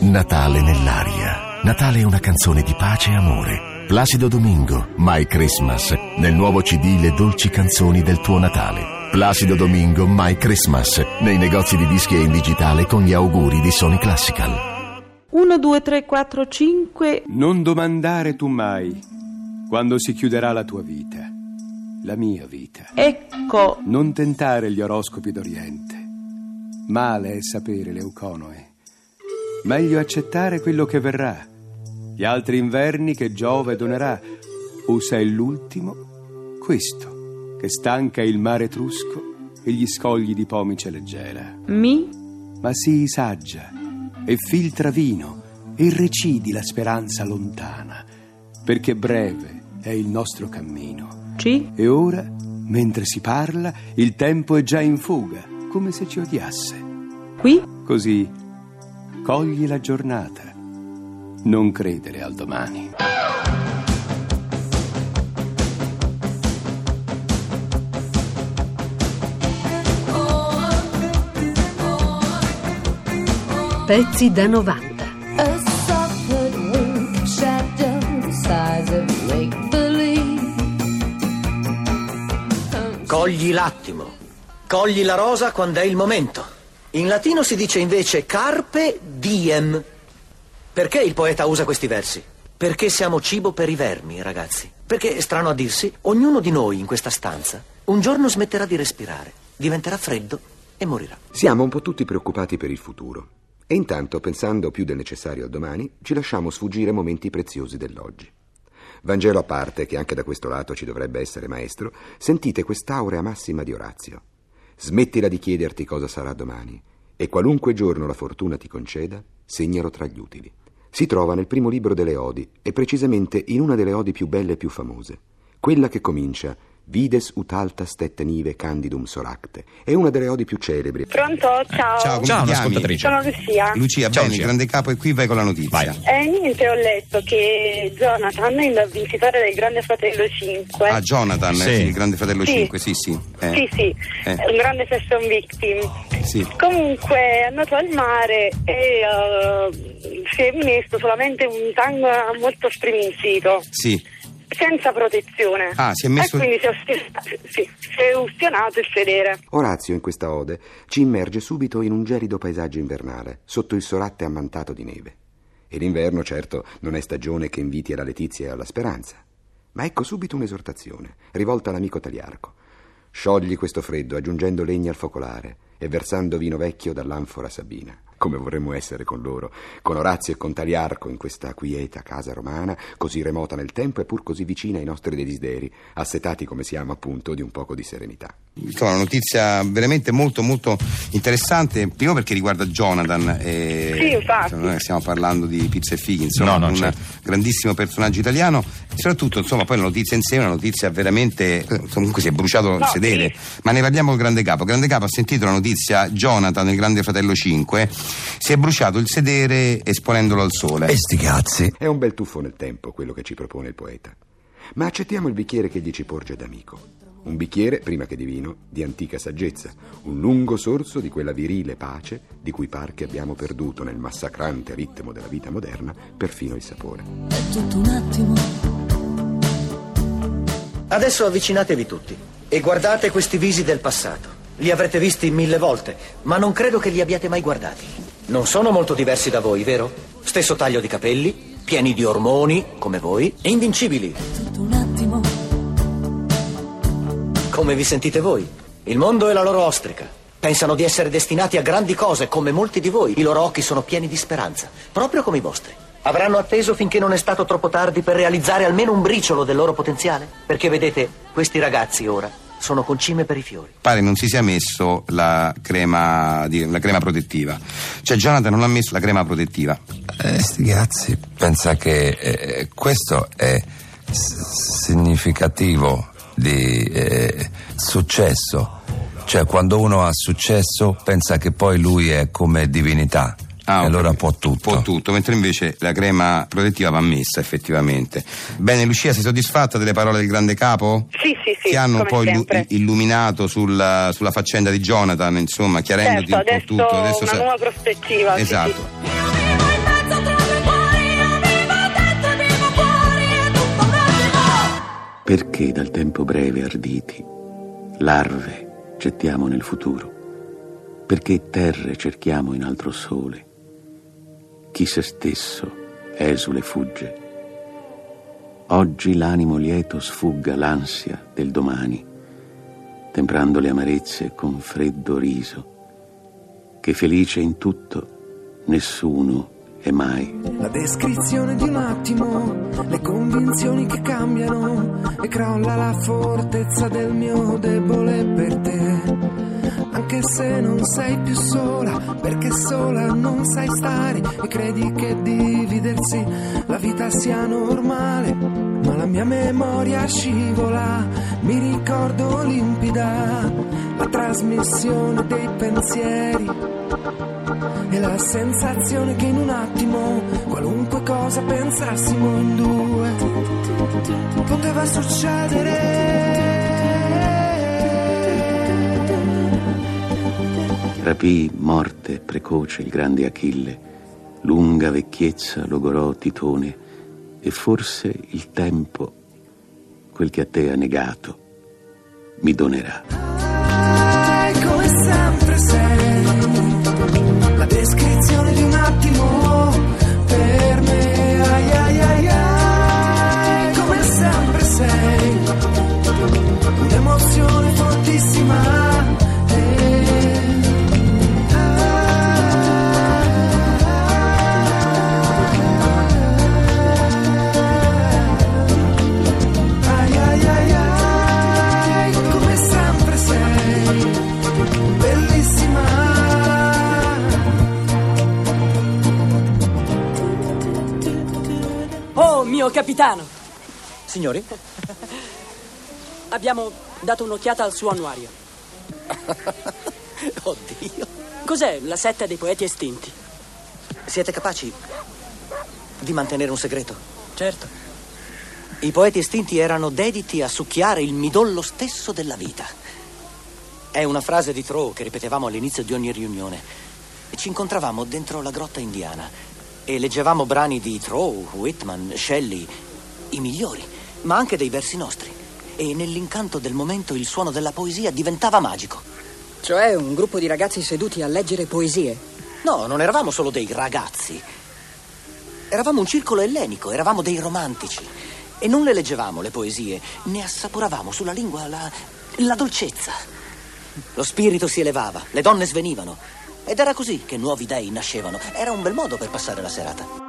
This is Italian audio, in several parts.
Natale nell'aria. Natale è una canzone di pace e amore. Placido Domingo, My Christmas, nel nuovo CD Le dolci canzoni del tuo Natale. Placido Domingo, My Christmas, nei negozi di dischi e in digitale con gli auguri di Sony Classical. 1, 2, 3, 4, 5. Non domandare tu mai quando si chiuderà la tua vita, la mia vita. Ecco. Non tentare gli oroscopi d'Oriente. Male è sapere l'euconoe. Meglio accettare quello che verrà. Gli altri inverni che Giove donerà. O se è l'ultimo, questo che stanca il mare etrusco e gli scogli di pomice leggera. Ma sii saggia e filtra vino e recidi la speranza lontana, perché breve è il nostro cammino. E ora, mentre si parla, il tempo è già in fuga, come se ci odiasse. Così cogli la giornata, non credere al domani. Pezzi da 90. Cogli l'attimo, cogli la rosa quando è il momento. In latino si dice invece carpe diem. Perché il poeta usa questi versi? Perché siamo cibo per i vermi, ragazzi. Perché, strano a dirsi, ognuno di noi in questa stanza un giorno smetterà di respirare, diventerà freddo e morirà. Siamo un po' tutti preoccupati per il futuro. E intanto, pensando più del necessario al domani, ci lasciamo sfuggire momenti preziosi dell'oggi. Vangelo a parte, che anche da questo lato ci dovrebbe essere maestro, sentite quest'aurea massima di Orazio. Smettila di chiederti cosa sarà domani, e qualunque giorno la fortuna ti conceda, segnalo tra gli utili. Si trova nel primo libro delle Odi, e precisamente in una delle Odi più belle e più famose, quella che comincia Vides ut alta stette nive candidum soracte. È una delle odi più celebri. Pronto? Ciao. Ciao, come ti chiami? Sono Lucia. Lucia, Ciao, bene, il grande capo è qui, vai con la notizia. Niente, ho letto che Jonathan è il vincitore del Grande Fratello 5. Ah, Jonathan, sì, il Grande Fratello 5, sì. Sì, è un grande fashion victim. Sì. Comunque è andato al mare e si è messo solamente un tanga molto striminzito. Sì. Senza protezione. Si è messo... E quindi si è ustionato il sedere. Orazio in questa ode ci immerge subito in un gelido paesaggio invernale, sotto il Soracte ammantato di neve. E l'inverno, certo, non è stagione che inviti alla letizia e alla speranza. Ma ecco subito un'esortazione, rivolta all'amico Taliarco. Sciogli questo freddo aggiungendo legna al focolare e versando vino vecchio dall'anfora sabina. Come vorremmo essere con loro, con Orazio e con Taliarco in questa quieta casa romana, così remota nel tempo e pur così vicina ai nostri desideri, assetati come siamo appunto di un poco di serenità. Una notizia veramente molto molto interessante, primo perché riguarda Jonathan. Sì, infatti. Noi stiamo parlando di pizza e fighi, insomma, un grandissimo personaggio italiano, e soprattutto, insomma, poi la notizia in sé è una notizia veramente, comunque si è bruciato il sedere, ma ne parliamo col grande capo. Grande capo, ha sentito la notizia? Jonathan, il Grande Fratello 5, si è bruciato il sedere esponendolo al sole. E sti cazzi. È un bel tuffo nel tempo quello che ci propone il poeta. Ma accettiamo il bicchiere che gli ci porge d'amico. Un bicchiere, prima che di vino, di antica saggezza. Un lungo sorso di quella virile pace di cui par che abbiamo perduto nel massacrante ritmo della vita moderna perfino il sapore. È tutto un attimo. Adesso avvicinatevi tutti e guardate questi visi del passato. Li avrete visti 1000 volte, ma non credo che li abbiate mai guardati. Non sono molto diversi da voi, vero? Stesso taglio di capelli, pieni di ormoni, come voi, e invincibili. Tutto un attimo. Come vi sentite voi? Il mondo è la loro ostrica. Pensano di essere destinati a grandi cose, come molti di voi. I loro occhi sono pieni di speranza, proprio come i vostri. Avranno atteso finché non è stato troppo tardi per realizzare almeno un briciolo del loro potenziale? Perché vedete, questi ragazzi ora sono concime per i fiori. Pare non si sia messo la crema protettiva. Cioè Jonathan non ha messo la crema protettiva. Sti cazzi, pensa che questo è significativo di successo. Cioè quando uno ha successo pensa che poi lui è come divinità. E allora può tutto, mentre invece la crema protettiva va messa effettivamente. Bene, Lucia, sei soddisfatta delle parole del grande capo? Sì, ti hanno poi illuminato sulla faccenda di Jonathan, insomma, chiarendoti un po' tutto. Adesso una nuova prospettiva. Esatto. Sì. Perché dal tempo breve arditi, larve gettiamo nel futuro? Perché terre cerchiamo in altro sole? Chi se stesso esule fugge. Oggi l'animo lieto sfugga l'ansia del domani, temprando le amarezze con freddo riso, che felice in tutto nessuno è mai. La descrizione di un attimo, le convinzioni che cambiano, e crolla la fortezza del mio debole per te. Anche se non sei più sola, perché sola non sai stare, e credi che dividersi la vita sia normale. Ma la mia memoria scivola, mi ricordo limpida la trasmissione dei pensieri e la sensazione che in un attimo qualunque cosa pensassimo in due poteva succedere. Rapì morte precoce il grande Achille, lunga vecchiezza logorò Titone, e forse il tempo, quel che a te ha negato, mi donerà. Come sempre sei la descrizione di un attimo per me, ai ai ai ai, come sempre sei un'emozione fortissima. Mio capitano. Signori? Abbiamo dato un'occhiata al suo annuario. Oddio. Cos'è la setta dei poeti estinti? Siete capaci di mantenere un segreto? Certo. I poeti estinti erano dediti a succhiare il midollo stesso della vita. È una frase di Thoreau che ripetevamo all'inizio di ogni riunione. Ci incontravamo dentro la grotta indiana e leggevamo brani di Thoreau, Whitman, Shelley, i migliori, ma anche dei versi nostri. E nell'incanto del momento il suono della poesia diventava magico. Cioè un gruppo di ragazzi seduti a leggere poesie? No, non eravamo solo dei ragazzi. Eravamo un circolo ellenico, eravamo dei romantici. E non le leggevamo le poesie, ne assaporavamo sulla lingua la dolcezza. Lo spirito si elevava, le donne svenivano. Ed era così che nuovi dei nascevano. Era un bel modo per passare la serata.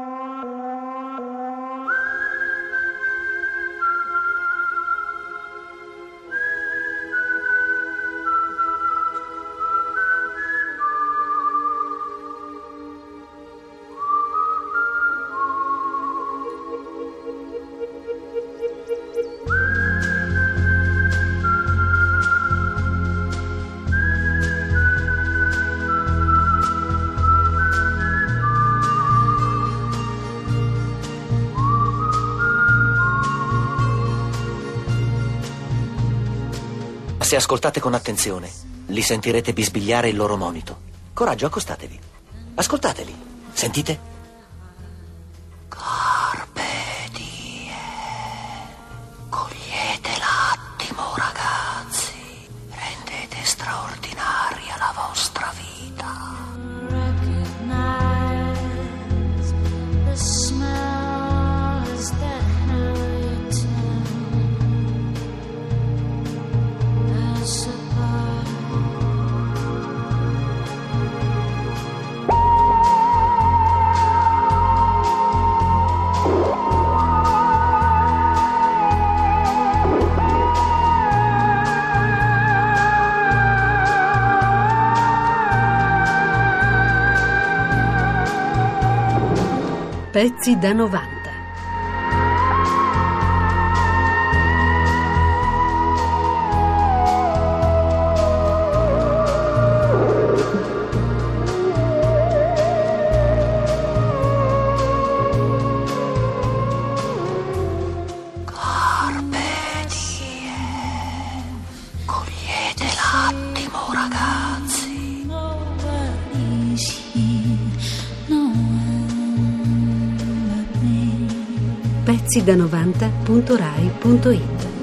Se ascoltate con attenzione, li sentirete bisbigliare il loro monito. Coraggio, accostatevi. Ascoltateli. Sentite? Carpe diem. Cogliete l'attimo, ragazzi. Rendete straordinaria la vostra vita. Recognize the smells that Pezzi da 90. Cogliete l'attimo, ragazzi. No one but me. pezzida90.rai.it.